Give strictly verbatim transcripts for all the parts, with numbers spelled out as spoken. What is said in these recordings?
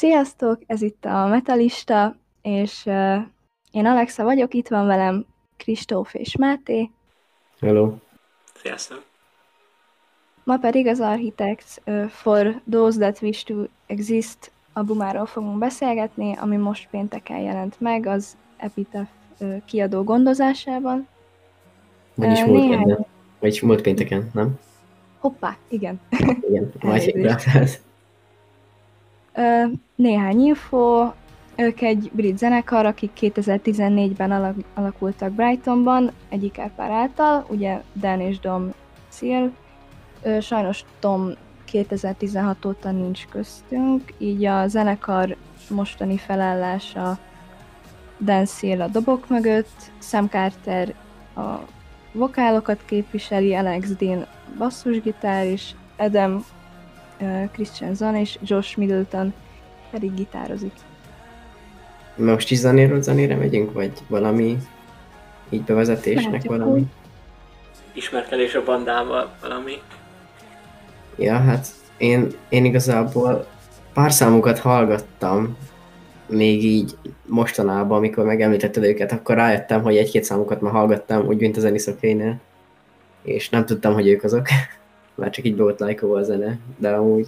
Sziasztok, ez itt a Metalista, és uh, én Alexa vagyok, itt van velem Kristóf és Máté. Hello. Sziasztok. Ma pedig az Architects uh, for Those That Wish to Exist albumáról fogunk beszélgetni, ami most pénteken jelent meg az Epitaph uh, kiadó gondozásában. Vagyis Uh, múlt néhány... kedden. Vagyis múlt pénteken, nem? Hoppá, igen. Igen, majd Elnézést. uh, Néhány info. Ők egy brit zenekar, akik kétezer-tizennégyben alak- alakultak Brightonban, egyik pár által, ugye Dan és Dom Seal. Ö, sajnos Tom kétezer-tizenhat óta nincs köztünk, így a zenekar mostani felállása Dan Seal a dobok mögött, Sam Carter a vokálokat képviseli, Alex Dean basszusgitár, és Adam uh, Christensen és Josh Middleton pedig gitározik. Most is zenéről zenére megyünk, vagy valami így bevezetésnek Mehetjük valami? úgy. Ismerkedés a bandával valami. Ja, hát én, én igazából pár számukat hallgattam, még így mostanában, amikor megemlítetted őket, akkor rájöttem, hogy egy-két számukat már hallgattam, úgy mint a zeniszokénél, és nem tudtam, hogy ők azok, mert csak így be volt lájkolva a zene, de amúgy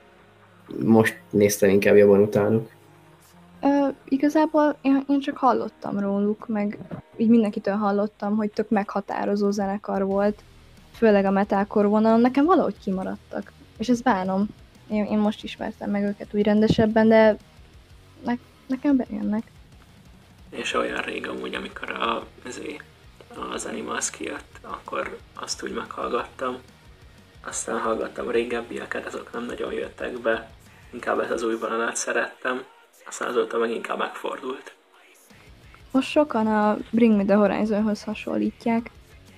most néztem inkább jobban utánuk. Ö, igazából én, én csak hallottam róluk, meg így mindenkitől hallottam, hogy tök meghatározó zenekar volt, főleg a metalcore vonalon, nekem valahogy kimaradtak, és ezt bánom. Én, én most ismertem meg őket úgy rendesebben, de ne, nekem bejönnek. És olyan rég amúgy, amikor a, azért, az Animals kijött, akkor azt úgy meghallgattam. Aztán hallgattam régebbieket, azok nem nagyon jöttek be. Inkább ezt az új bananát szerettem. Aztán azóta meg inkább megfordult. Most sokan a Bring Me The Horizonhoz hasonlítják.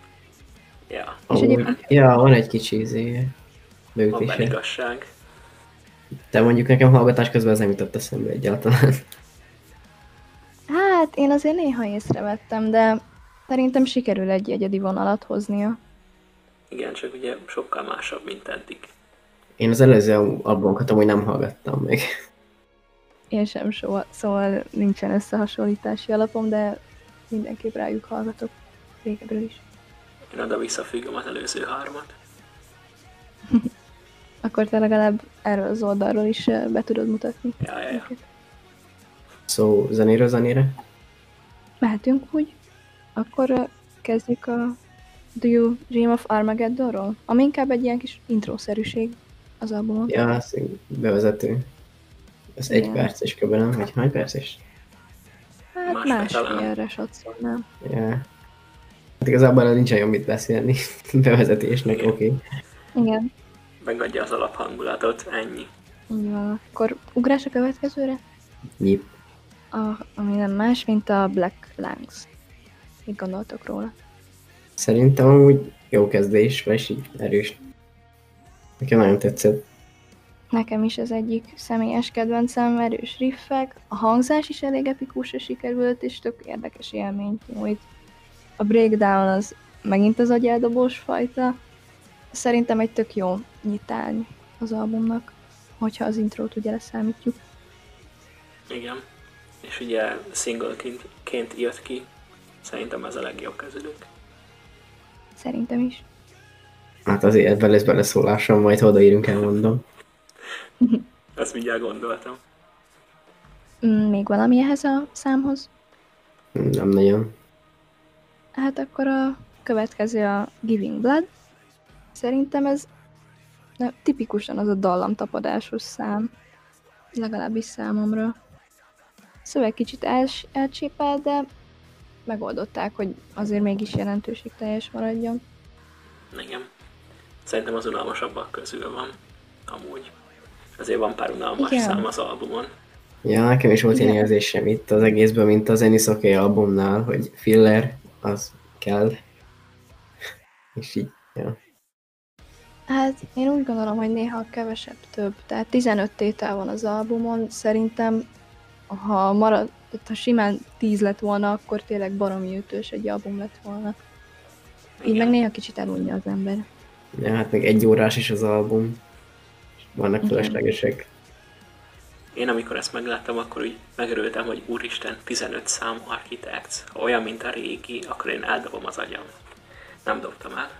Ja, És Amúgy, egyébként- ja, van egy kicsi izé, van benne beütése. igazság. De mondjuk nekem hallgatás közben ez nem jutott eszembe egyáltalán. Hát én azért néha észrevettem, de szerintem sikerül egy egyedi vonalat hoznia. Igen, csak ugye sokkal másabb, mint eddig. Én az előző albumokat amúgy nem hallgattam még. Én sem soha, szóval nincsen összehasonlítási alapom, de mindenképp rájuk hallgatok régebről is. Én oda visszafüggöm az előző hármat. Akkor te legalább erről az oldalról is ö, be tudod mutatni. Ja, ja, ja. őket. Szó so, zenéről zenére? Mehetünk úgy? Akkor ö, kezdjük a Do You Dream of Armageddonról? Ami inkább egy ilyen kis intrószerűség az albumon. Ja, ez így bevezető. Ez egy Igen. perces kb. Nem? Vagy hány perces? Hát Másfél talán. másfélre satszolnám. Ja. Hát igazából erről nincsen jó mit beszélni. Bevezetésnek, Igen. oké. Okay. Igen, Megadja az alaphangulatot, ennyi. így van. Akkor ugrás a következőre? Nyip. A, ami nem más, mint a Black Langs. Mit gondoltok róla? Szerintem amúgy jó kezdés, vagy így erős. Nekem nagyon tetszett. Nekem is ez egyik személyes kedvencem, erős riffek, a hangzás is elég epikusra sikerült, és tök érdekes élményt nyújt. A breakdown az megint az agyeldobós fajta. Szerintem egy tök jó nyitány az albumnak, hogyha az intrót ugye leszámítjuk. Igen. És ugye singleként jött ki. Szerintem ez a legjobb közülük. Szerintem is. Hát azért ebben lesz beleszólásom, majd odaírunk, elmondom. Ezt mindjárt gondoltam. Mm, Még valami ehhez a számhoz? Nem nagyon. Hát akkor a következő a Giving Blood. Szerintem ez na, tipikusan az a dallamtapadásos szám. Legalábbis számomra. A szöveg kicsit els, elcsépel, de megoldották, hogy azért mégis jelentőségteljes maradjon. Igen. Szerintem az unalmasabbak közül van. Amúgy. Azért van pár unalmas Igen. szám az albumon. Ja, nekem is volt Igen. ilyen érzésem itt az egészben, mint az Enisoké albumnál, hogy filler, az kell. És így, ja. Hát én úgy gondolom, hogy néha kevesebb több. Tehát tizenöt tétel van az albumon. Szerintem, ha marad, ha simán tíz lett volna, akkor tényleg baromi ütős egy album lett volna. Így Igen. meg néha kicsit elunja az ember. Ja, hát még egy órás is az album. Vannak Igen. feleslegesek. én amikor ezt megláttam, akkor úgy megörültem, hogy úristen, tizenöt szám Architects. Ha olyan, mint a régi, akkor én eldobom az agyam. Nem dobtam el.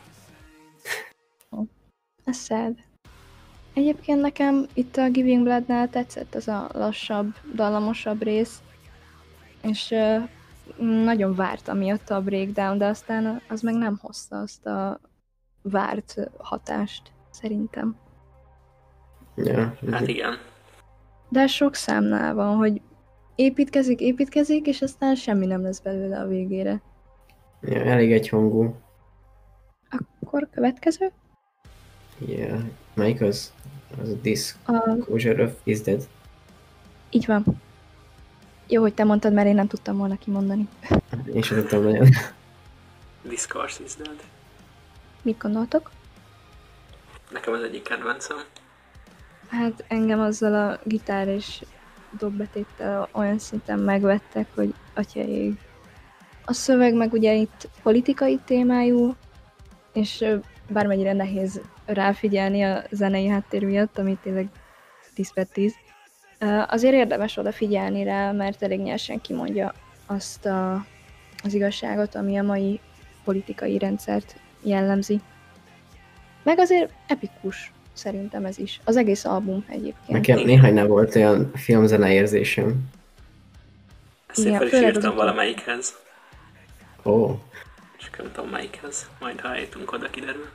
Ez sad. Egyébként nekem itt a Giving Bloodnál tetszett az a lassabb, dallamosabb rész, és uh, nagyon vártam miatt a breakdown, de aztán az meg nem hozta azt a várt hatást, szerintem. Ja. Hát igen. De sok számnál van, hogy építkezik, építkezik, és aztán semmi nem lesz belőle a végére. Ja, elég egyhangú. Akkor következő? Yeah. Melyik az? Az a Disclosure A... of is Dead. Így van. Jó, hogy te mondtad, mert én nem tudtam volna kimondani. Én sem tudtam nagyon. Discourse is Dead. Mit gondoltok? Nekem az egyik kedvencem. Hát engem azzal a gitár és dobbetéttel olyan szinten megvettek, hogy atyaig. A szöveg meg ugye itt politikai témájú, és bármennyire nehéz ráfigyelni a zenei háttér miatt, ami tényleg tíz per tíz. Azért érdemes odafigyelni rá, mert elég nyersen kimondja azt a, az igazságot, ami a mai politikai rendszert jellemzi. Meg azért epikus, szerintem ez is. Az egész album egyébként. Nekem néhány nem volt olyan filmzene érzésem. Ezt én fel is írtam valamelyikhez. Ó. Oh. És nem tudom melyikhez. Majd ha eljutunk oda, kiderül.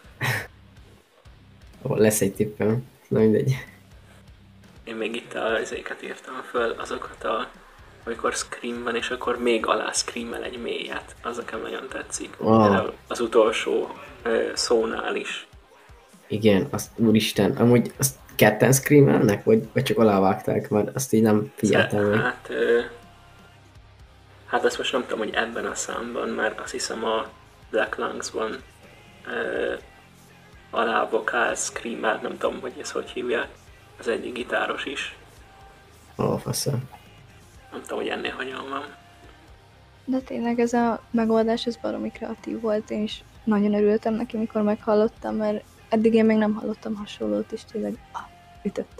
Ó, oh, lesz egy tippem. Na mindegy. Én még itt az éket írtam föl, azokat a... amikor Scream van, és akkor még alá Scream-el egy mélyet. Az nekem nagyon tetszik. Oh. Az utolsó ö, szónál is. Igen, azt úristen. Amúgy azt ketten Screamelnek, vagy, vagy csak alávágták, mert azt így nem figyeltem meg. Hát... Ö, hát azt most nem tudom, hogy ebben a számban, mert azt hiszem a Black Lungs-ban ö, alá vokál Scream-el, nem tudom, hogy ezt hogy hívják. Az egyik gitáros is. Ó, oh, faszom. Nem tudom, hogy ennél hogyan van. De tényleg ez a megoldás, ez baromi kreatív volt, én is nagyon örültem neki, mikor meghallottam, mert eddig én még nem hallottam hasonlót, és tényleg ah, ütött.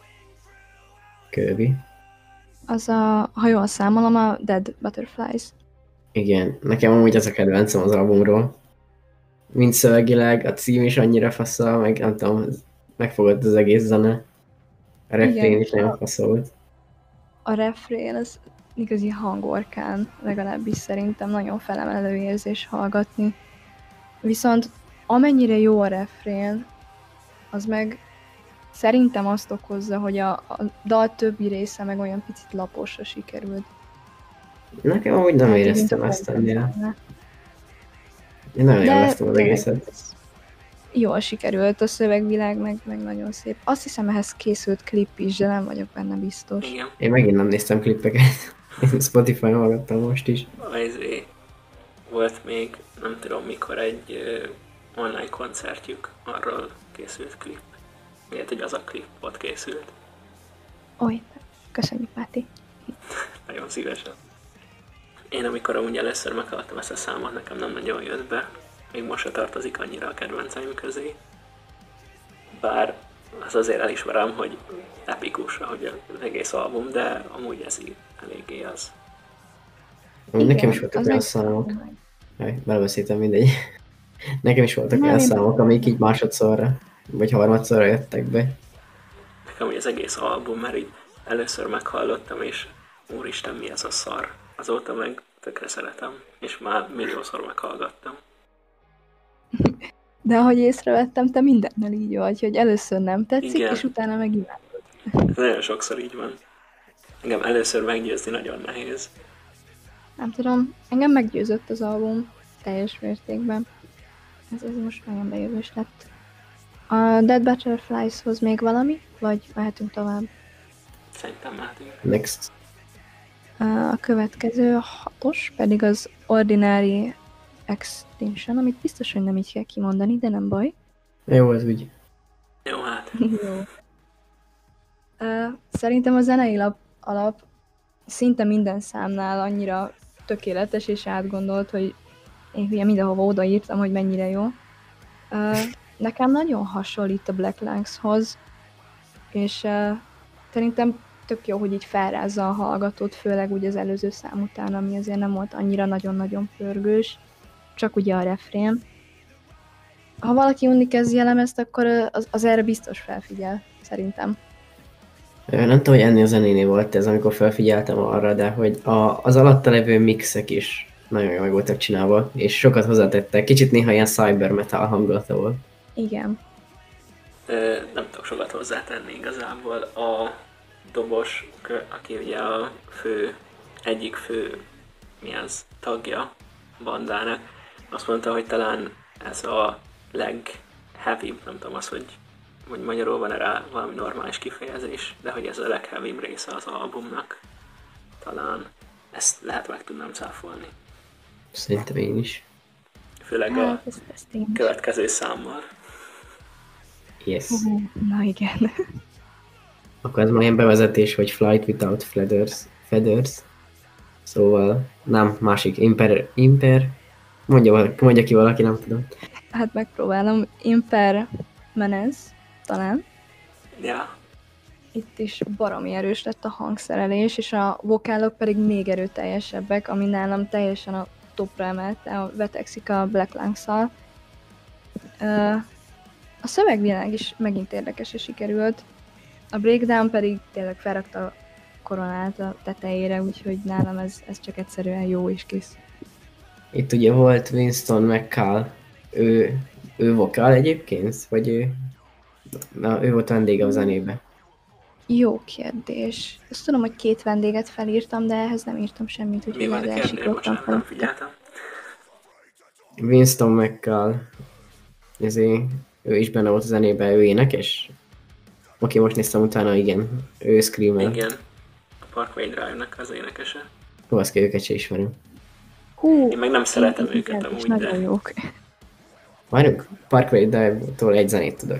Kirby. Az a, ha jól számolom, a Dead Butterflies. Igen, nekem amúgy az a kedvencem az albumról. Mind szövegileg, a cím is annyira faszal, meg nem tudom, megfogott az egész zene. A refrén is nagyon faszol volt. A refrén az igazi hangorkán, legalábbis szerintem nagyon felemelő érzés hallgatni. Viszont amennyire jó a refrén, az meg szerintem azt okozza, hogy a, a dal többi része meg olyan picit laposra sikerült. Nekem amúgy nem éreztem ezt ennél. Én nagyon élveztem az egészet. Jól sikerült a szövegvilág, meg, meg nagyon szép. Azt hiszem, ehhez készült klip is, de nem vagyok benne biztos. Igen. Én megint nem néztem klippeket. Én Spotify-on hallgattam most is. Ezért volt még, nem tudom mikor, egy uh, online koncertjük, arról készült klip. Miért, hogy az a klip ott készült. Oly, köszönjük, Máté. Nagyon szívesen. Én amikor amúgy először meghallottam ezt a számot, nekem nem nagyon jött be. Még most se tartozik annyira a kedvenceim közé. Bár az azért elismerem, hogy epikus, ahogy az egész album, de amúgy ez így eléggé az. Igen, nekem is voltak olyan számok. Belebeszéltem, mindegy. Nekem is voltak olyan számok, amik így másodszorra, vagy harmadszorra jöttek be. Nekem úgy az egész album, mert így először meghallottam, és úristen, mi ez a szar. Azóta meg tökre szeretem, és már milliószor meghallgattam. De ahogy észrevettem, te mindennel így vagy, hogy először nem tetszik, igen, és utána meg imádod. Ez nagyon sokszor így van. Engem először meggyőzni nagyon nehéz. Nem tudom, engem meggyőzött az album teljes mértékben. Ez, ez most nagyon bejövős lett. A Dead Butterflies-hoz még valami? Vagy mehetünk tovább? Szerintem mehetünk. Next. A következő, a hatos, pedig az Ordinary Extinction, amit biztos, hogy nem így kell kimondani, de nem baj. Jó, ez úgy. Jó, hát. Jó. Uh, szerintem a zenei lap, alap szinte minden számnál annyira tökéletes és átgondolt, hogy én ugye mindenhova odaírtam, hogy mennyire jó. Uh, nekem nagyon hasonlít a Black Lungs-hoz, és uh, Szerintem tök jó, hogy így felrázza a hallgatót, főleg úgy az előző szám után, ami azért nem volt annyira nagyon-nagyon pörgős, csak ugye a refrén. Ha valaki unni kezdi a lemezt, akkor az, az erre biztos felfigyel, szerintem. Ö, Nem tudom, hogy ennél a zenénél volt ez, amikor felfigyeltem arra, de hogy a, az alatta levő mixek is nagyon jól meg voltak csinálva, és sokat hozzátettek. Kicsit néha ilyen cyber metal hangulata volt. Igen. Ö, nem tudok sokat hozzátenni igazából. A dobos, aki ugye a fő, egyik fő, mi az, tagja a bandának, azt mondta, hogy talán ez a legheavybb, nem tudom az, hogy, hogy magyarul van rá valami normális kifejezés, de hogy ez a legheavybb része az albumnak. Talán ezt lehet meg tudnám cáfolni. Szerintem én is. Főleg a Hát, ezt, ezt én is. következő számmal. Yes. Uh, na igen. Akkor ez már ilyen bevezetés, hogy Flight Without Feathers. Feathers. Szóval nem, másik. Imper... Imper... Mondja, valaki, mondja ki valaki, nem tudom. Hát megpróbálom. Impermanence, talán. Ja, Itt is baromi erős lett a hangszerelés, és a vokálok pedig még erőteljesebbek, ami nálam teljesen a topra emelte, a vetekszik a Black Lungs-szal. Ö, A szövegvilág is megint érdekes és sikerült. A breakdown pedig tényleg felrakta a koronát a tetejére, úgyhogy nálam ez, ez csak egyszerűen jó és kész. Itt ugye volt Winston McCall. Ő, ő vokál egyébként? Vagy ő... Na, ő volt vendége a zenébe. Jó kérdés. Azt tudom, hogy két vendéget felírtam, de ehhez nem írtam semmit, mi úgyhogy van majd a kérdés? elsiklottam Bocsánat, nem fel. figyeltem. Winston McCall. Ezért ő is benne volt a zenében, ő énekes? Oké, most néztem utána, igen. Ő screamer. Igen, a Parkway Drive-nak az énekese. Hú, azt kell, őket se ismerem. Hú, Én meg nem szeretem én- őket igen, és amúgy, nagyon de jók. Várjunk, Parkway Drive-tól egy zenét tudok.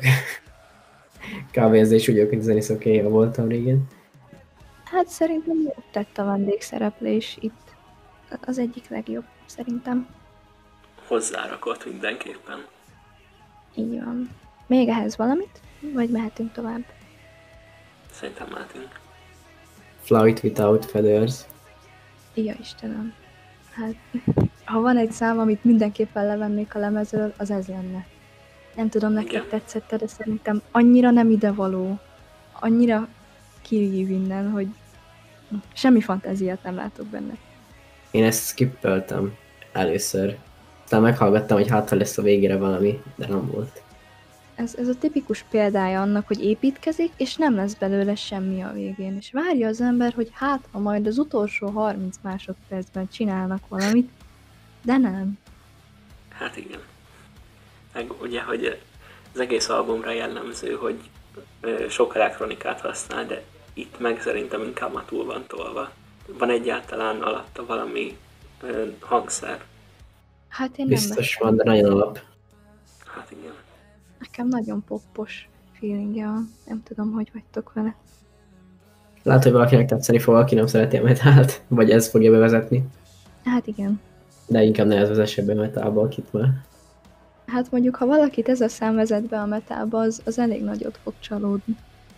Kb. Ez is úgy jó, mint zenész, oké, okay, voltam régen. Hát szerintem jót tett a vendégszereplés itt. Az egyik legjobb, szerintem. hozzárakott mindenképpen. Így van. Még ehhez valamit? Vagy mehetünk tovább? Szerintem mehetünk. Flight Without Feathers. Ja, Istenem. Hát, ha van egy szám, amit mindenképpen levennék a lemezről, az ez lenne. Nem tudom, neked Igen. tetszett, de szerintem annyira nem idevaló, annyira kirív innen, hogy semmi fantáziát nem látok benne. Én ezt skippeltem először. Aztán meghallgattam, hogy hát ha lesz a végére valami, de nem volt. Ez, ez a tipikus példája annak, hogy építkezik, és nem lesz belőle semmi a végén. És várja az ember, hogy hát, ha majd az utolsó harminc másodpercben csinálnak valamit, de nem. Hát igen. Meg ugye, hogy az egész albumra jellemző, hogy ö, sok elektronikát használ, de itt meg szerintem inkább már túl van tolva. Van egyáltalán alatta valami ö, hangszer. Hát én nem Biztos vettem. van, de nagyon alap. Hát igen. Nekem nagyon poppos feelingje van. Nem tudom, hogy vagytok vele. Lehet, hogy valakinek tetszeni fog, aki nem szereti a metált, vagy ez fogja bevezetni. Hát igen. De inkább ne ez vezesse be metálba, akit már. Hát mondjuk, ha valakit ez a szám vezet be a metába, az, az elég nagyot fog csalódni.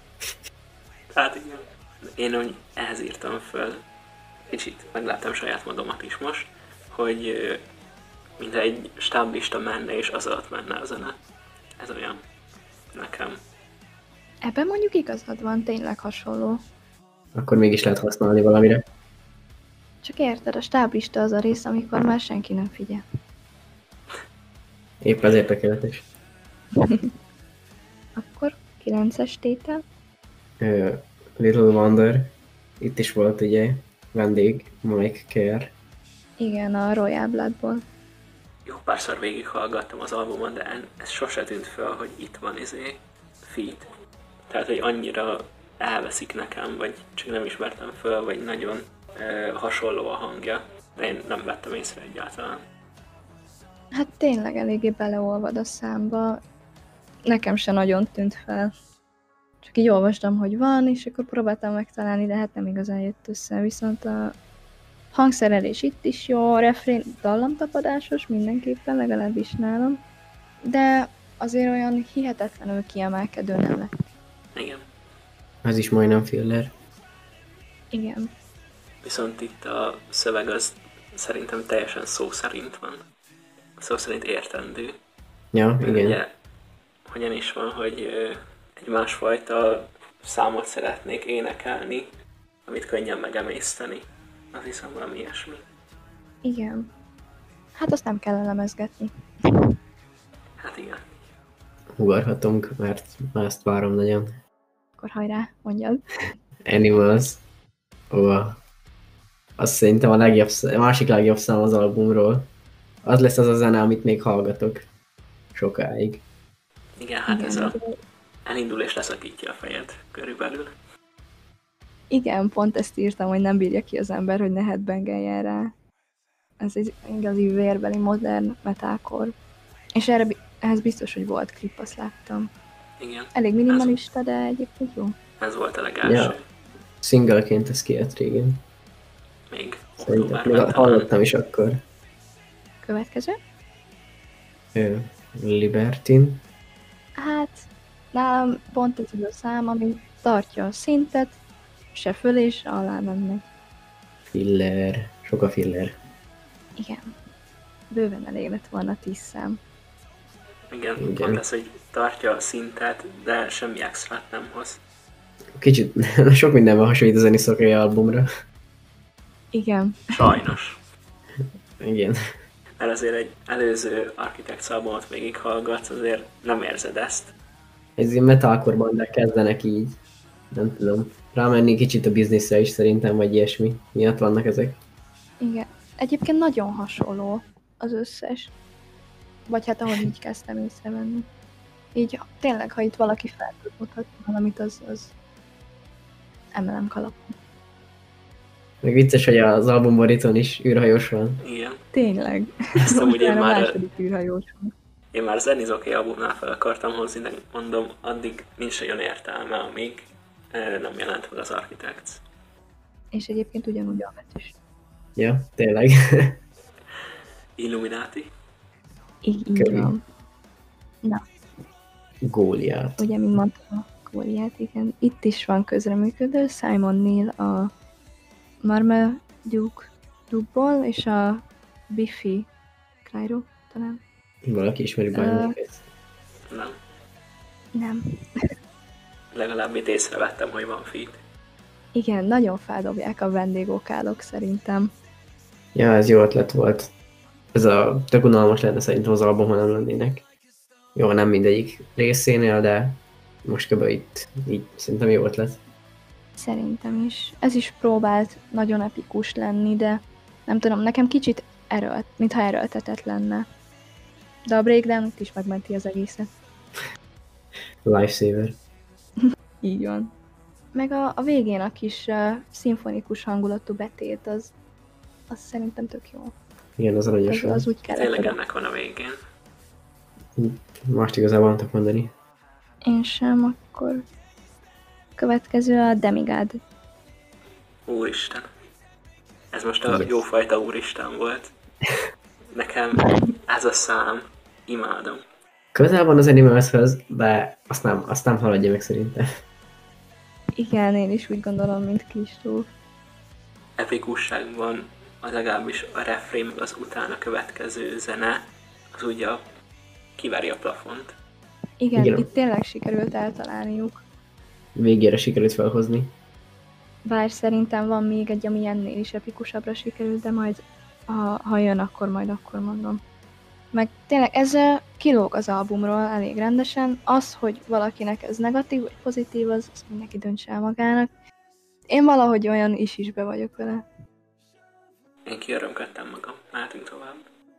Hát igen. Én úgy ehhez írtam föl, kicsit megláttam saját magamat is most, hogy ö, mintha egy stáblista menne, és az alatt menne a zene. Ez olyan nekem. Ebben mondjuk igazad van, tényleg hasonló. Akkor mégis lehet használni valamire. Csak érted, a stáblista az a rész, amikor már senki nem figyel. Épp ezért tökéletes. Akkor kilences tétel. Ö, Little Wonder. Itt is volt ugye vendég, Mike Kerr. Igen, a Royal Bloodból. Jó párszor végighallgattam az albumon, de en- ez sose tűnt fel, hogy itt van izé feat. Tehát, hogy annyira elveszik nekem, vagy csak nem ismertem föl, vagy nagyon ö, hasonló a hangja, de én nem vettem észre egyáltalán. Hát tényleg eléggé beleolvad a számba. Nekem se nagyon tűnt fel. Csak így olvastam, hogy van, és akkor próbáltam megtalálni, de hát nem igazán jött össze. Viszont a hangszerelés itt is jó, a refrén dallamtapadásos mindenképpen, legalábbis nálam. De azért olyan hihetetlenül kiemelkedő nem lett. Igen. Az is majdnem filler. Igen. Viszont itt a szöveg az szerintem teljesen szó szerint van. Szó szerint értendő. Ja, igen. Ugye, hogyan is van, hogy ö, egy másfajta számot szeretnék énekelni, amit könnyen megemészteni. Az hiszem valami ilyesmi. Igen. Hát azt nem kell elemezgetni. Hát igen. Ugorhatunk, mert már ezt várom nagyon. Akkor hajrá, mondjad. Animals. Ó, az szerintem a legjobb, a másik legjobb szám az albumról. Az lesz az a zene, amit még hallgatok. Sokáig. Igen, hát Igen, ez a de- elindul és leszakítja a fejed körülbelül. Igen, pont ezt írtam, hogy nem bírja ki az ember, hogy ne headbangeljen rá. Ez egy igazi vérbeli modern metalcore. És erre, bi- ehhez biztos, hogy volt klip, azt láttam. Igen, Elég minimalista, de egyébként jó. ez volt a legelső. Ja. Singleként ez kijött régen. Még Szerintem októberben még talán. hallottam is akkor. Következő? Ö, Libertin. Hát, nálam pont ez az a szám, ami tartja a szintet, se föl és alá mennek. Filler. Sok a filler. Igen. Bőven elég lett volna tíz szám. Igen, Igen. pont ez, hogy tartja a szintet, de semmi extrát nem hoz. Kicsit sok mindenben hasonlít a zeniszokai albumra. Igen. Sajnos. Igen. Mert azért egy előző Architects albumot végighallgatsz, azért nem érzed ezt. Ez ilyen metalcore bandák kezdenek így. Nem tudom. Rámenni kicsit a bizniszre is szerintem, vagy ilyesmi. Miatt vannak ezek. Igen. Egyébként nagyon hasonló az összes. Vagy hát ahogy így kezdtem észrevenni. Így tényleg, ha itt valaki fel tud mutatni valamit, az, az emelem kalapot. Meg vicces, hogy az albumborítón is űrhajós van. Igen. Tényleg. Ezt amúgy én Már a már, második űrhajós van. én már Zenizoké albumnál fel akartam hozni, de mondom, addig nincs olyan értelme, amíg eh, nem jelent meg az Architects. És egyébként ugyanúgy a betűs. Ja, tényleg. Illuminati. Így, így Körül. van. Na, Góliát. ugye, mint mondtam, a Kóriát, igen. Itt is van közreműködő, Simon Neil a Marmaduke Dubból, és a Biffy Clyro, talán. Valaki ismeri bármilyiket. Nem. Nem. Legalább itt észrevettem, hogy van feat. Igen, nagyon feldobják a vendégokálok szerintem. Ja, ez jó ötlet volt. Ez a tök unalmas lenne szerintem az album, ha nem lennének. Jó, nem mindegyik részénél, de most kb. Itt így szerintem jó ötlet. Szerintem is. Ez is próbált nagyon epikus lenni, de nem tudom, nekem kicsit erőlt, mintha erőltetett lenne. De a breakdown itt is megmenti az egészet. Lifesaver. Így van. Meg a, a végén a kis uh, szimfonikus hangulatú betét, az, az szerintem tök jó. Igen, az aranyos Az, volt. az úgy Tényleg kellett. ennek van a végén. Most igazából nem tudok mondani. Én sem, akkor következő a Demigod. Úristen. Ez most a Yes. jófajta úristen volt. Nekem ez a szám, imádom. Közel van az Animalshez, de azt nem, azt nem haladja meg szerintem. Igen, én is úgy gondolom, mint Kristóf. Epikusságban az legalábbis a refrén, meg az utána következő zene, az ugye a, kiveri a plafont. Igen, Igen. itt tényleg sikerült eltalálniuk. Végére sikerült felhozni. Bár szerintem van még egy, ami ennél is epikusabbra sikerült, de majd, ha, ha jön, akkor majd akkor mondom. Meg tényleg ez ö, kilóg az albumról elég rendesen. Az, hogy valakinek ez negatív vagy pozitív, az, az mindenki döntse el magának. Én valahogy olyan is is be vagyok vele. Én kiörömködtem magam. Mehetünk tovább.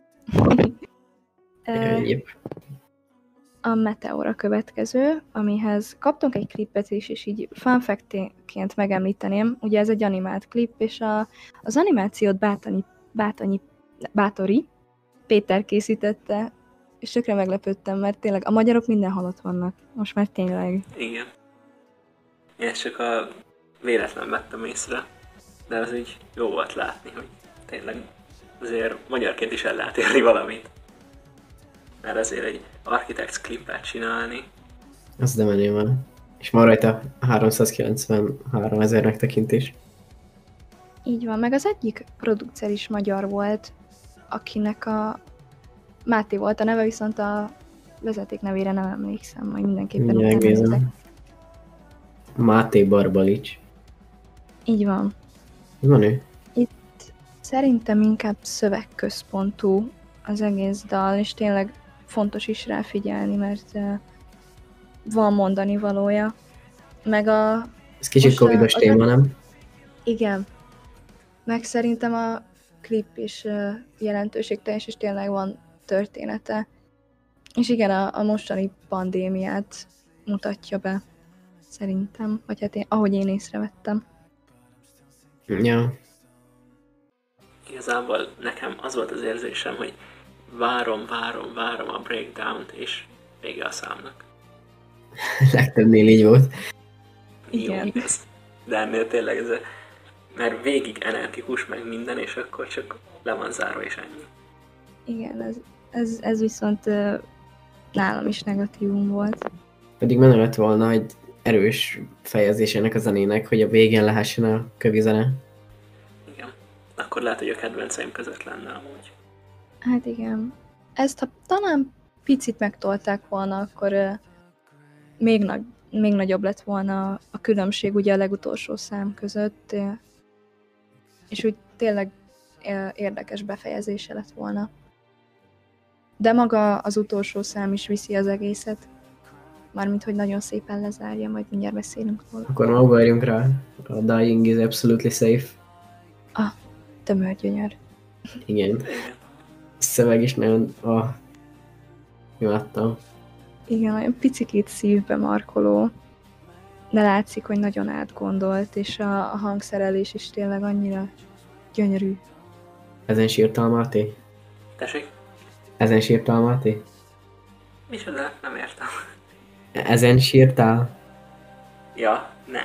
Ö, Egyéb. a Meteor a következő, amihez kaptunk egy klipet is, és így fun fact-ként megemlíteném. Ugye ez egy animált klip, és a, az animációt Bátani, Bátani, Bátori Péter készítette, és tökre meglepődtem, mert tényleg a magyarok mindenhol ott vannak. Most már tényleg. Igen. Én ezt csak a véletlen vettem észre, de az úgy jó volt látni, hogy tényleg azért magyarként is el lehet érni valamit. Mert azért egy Architects klipet csinálni, Az de menő van. És van rajta háromszázkilencvenhárom ezer megtekintés. Így van, meg az egyik producer is magyar volt, akinek a Máté volt a neve, viszont a vezeték nevére nem emlékszem, majd mindenképpen Mindjárt utána nézek. megnézem. Máté Barbalics. Így van. Mi van ő? Szerintem inkább szövegközpontú az egész dal, és tényleg fontos is rá figyelni, mert uh, van mondani valója. Meg a... Ez kicsit Most a- covidos az téma, a- nem? Igen. Meg szerintem a klip is uh, jelentőségteljes, és tényleg van története. És igen, a, a mostani pandémiát mutatja be. Szerintem. Vagy hát én, ahogy én észrevettem. Ja. Igazából nekem az volt az érzésem, hogy várom, várom, várom a breakdown-t, és vége a számnak. Legtöbbnél így volt. Igen. Jó, igaz. De ennél tényleg ez a... Mert végig energikus meg minden, és akkor csak le van zárva, és ennyi. Igen, ez, ez, ez viszont uh, nálam is negatívum volt. Pedig menő lett volna egy erős fejezés ennek a zenének, hogy a végén lehessen a kövi zene. Igen. Akkor lehet, hogy a kedvenceim között lenne amúgy. Hát igen. Ezt ha talán picit megtolták volna, akkor uh, még, nagy, még nagyobb lett volna a különbség ugye a legutolsó szám között, uh, és úgy tényleg uh, érdekes befejezése lett volna. De maga az utolsó szám is viszi az egészet. Mármint, hogy nagyon szépen lezárja, majd mindjárt beszélünk róla. Akkor ma ugorjunk rá. A Dying is absolutely safe. Tömörgyönyör. Igen. Igen. A szöveg is nagyon... Ah, imádtam. Igen, olyan picikét szívbe markoló, de látszik, hogy nagyon átgondolt, és a, a hangszerelés is tényleg annyira gyönyörű. Ezen sírtál, Máté? Tessék? Ezen sírtál, Máté? Micsoda? Nem értem. Ezen sírtál? Ja, ne.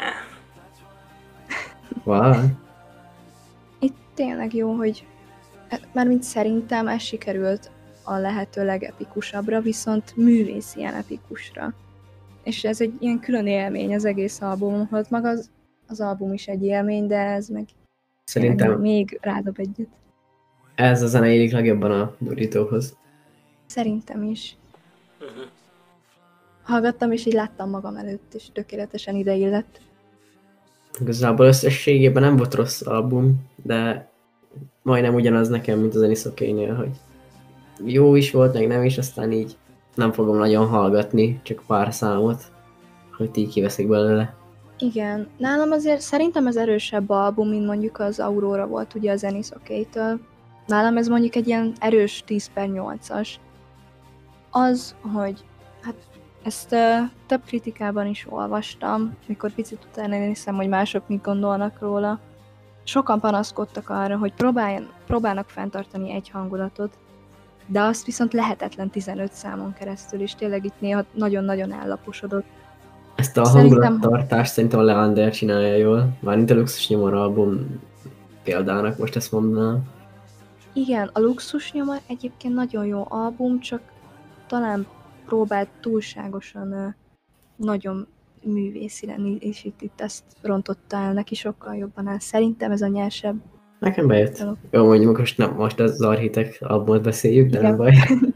Val? Itt tényleg jó, hogy mármint szerintem ez sikerült a lehető legepikusabbra, viszont művész ilyen epikusra. És ez egy ilyen külön élmény az egész albumhoz. Maga az, az album is egy élmény, de ez meg Szerintem még rádob egyet. ez a zene illik legjobban a Doritóhoz. Szerintem is. Uh-huh. Hallgattam, és így láttam magam előtt, és tökéletesen ideillett. Igazából összességében nem volt rossz album, de majdnem ugyanaz nekem, mint az Anisokénél, hogy jó is volt, meg nem is, aztán így nem fogom nagyon hallgatni, csak pár számot, hogy így kiveszik belőle. Igen, nálam azért szerintem ez erősebb album, mint mondjuk az Aurora volt ugye az Anisokétől. Nálam ez mondjuk egy ilyen erős tíz per nyolcas. Az, hogy hát ezt uh, több kritikában is olvastam, mikor picit utána néztem, hogy mások mit gondolnak róla. Sokan panaszkodtak arra, hogy próbáljan, próbálnak fenntartani egy hangulatot, de azt viszont lehetetlen tizenöt számon keresztül, és tényleg itt néha nagyon-nagyon ellaposodott. Ezt a Szerintem- hangulattartást szerintem a Leander csinálja jól, mármint a Luxus Nyomor album példának most ezt mondanám. Igen, a Luxus Nyoma egyébként nagyon jó album, csak talán próbált túlságosan ö, nagyon művészi lenni, és itt, itt ezt rontotta el, neki sokkal jobban áll. Szerintem ez a nyersebb. Nekem bejött. Dolog. Jó, mondjuk most nem, most az Architect albumot beszéljük, de Igen. nem baj.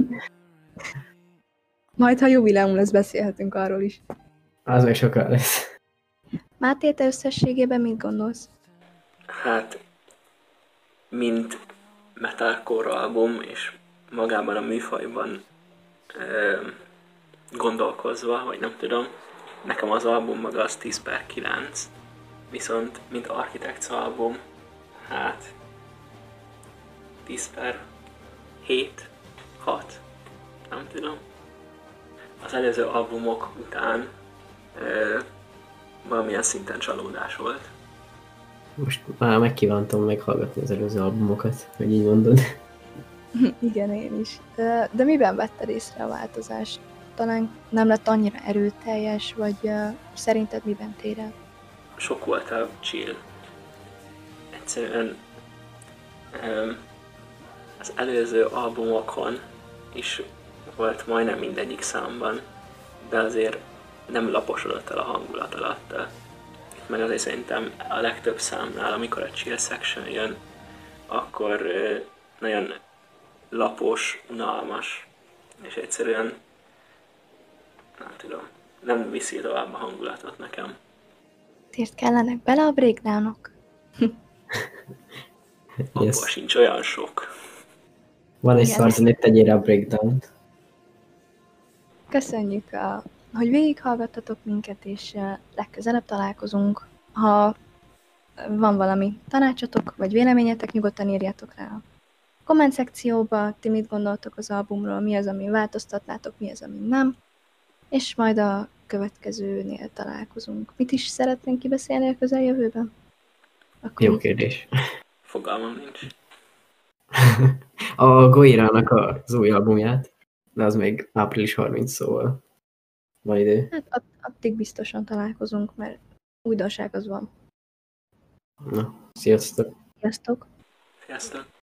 Majd, ha jubileum lesz, beszélhetünk arról is. Az még sokkal lesz. Máté, te összességében mit gondolsz? Hát, mint metalcore album, és magában a műfajban ö, gondolkozva, vagy nem tudom, nekem az album maga az tíz per kilenc, viszont mint Architects album, hát tíz per hét, hat, nem tudom. Az előző albumok után ö, valamilyen szinten csalódás volt. Most már megkívántam meghallgatni az előző albumokat, hogy így mondod. Igen, én is. De, de miben vetted észre a változást? Talán nem lett annyira erőteljes, vagy uh, szerinted miben tér el? Sok volt a chill. Egyszerűen um, az előző albumokon is volt majdnem mindegyik számban, de azért nem laposodott el a hangulat alatt. Meg azért szerintem a legtöbb számnál, amikor a chill section jön, akkor nagyon lapos, unalmas, és egyszerűen nem tudom, nem viszi tovább a hangulatot nekem. Ezért kellenek bele a breakdownok. Abból Yes. sincs olyan sok. Van egy Igen. szarzenét, tegyél rá a breakdown-t. Köszönjük, a, hogy végighallgattatok minket, és uh, legközelebb találkozunk. Ha van valami tanácsotok, vagy véleményetek, nyugodtan írjátok rá a komment szekcióba, ti mit gondoltok az albumról, mi az, ami változtatnátok, mi az, ami nem. És majd a következőnél találkozunk. Mit is szeretnénk kibeszélni a közeljövőben? Akkor Jó így. kérdés. Fogalmam nincs. A Goirának az új albumját, de az még április harmincadika, szóval van idő. Hát att- addig biztosan találkozunk, mert újdonság az van. Na, sziasztok! Sziasztok! Sziasztok!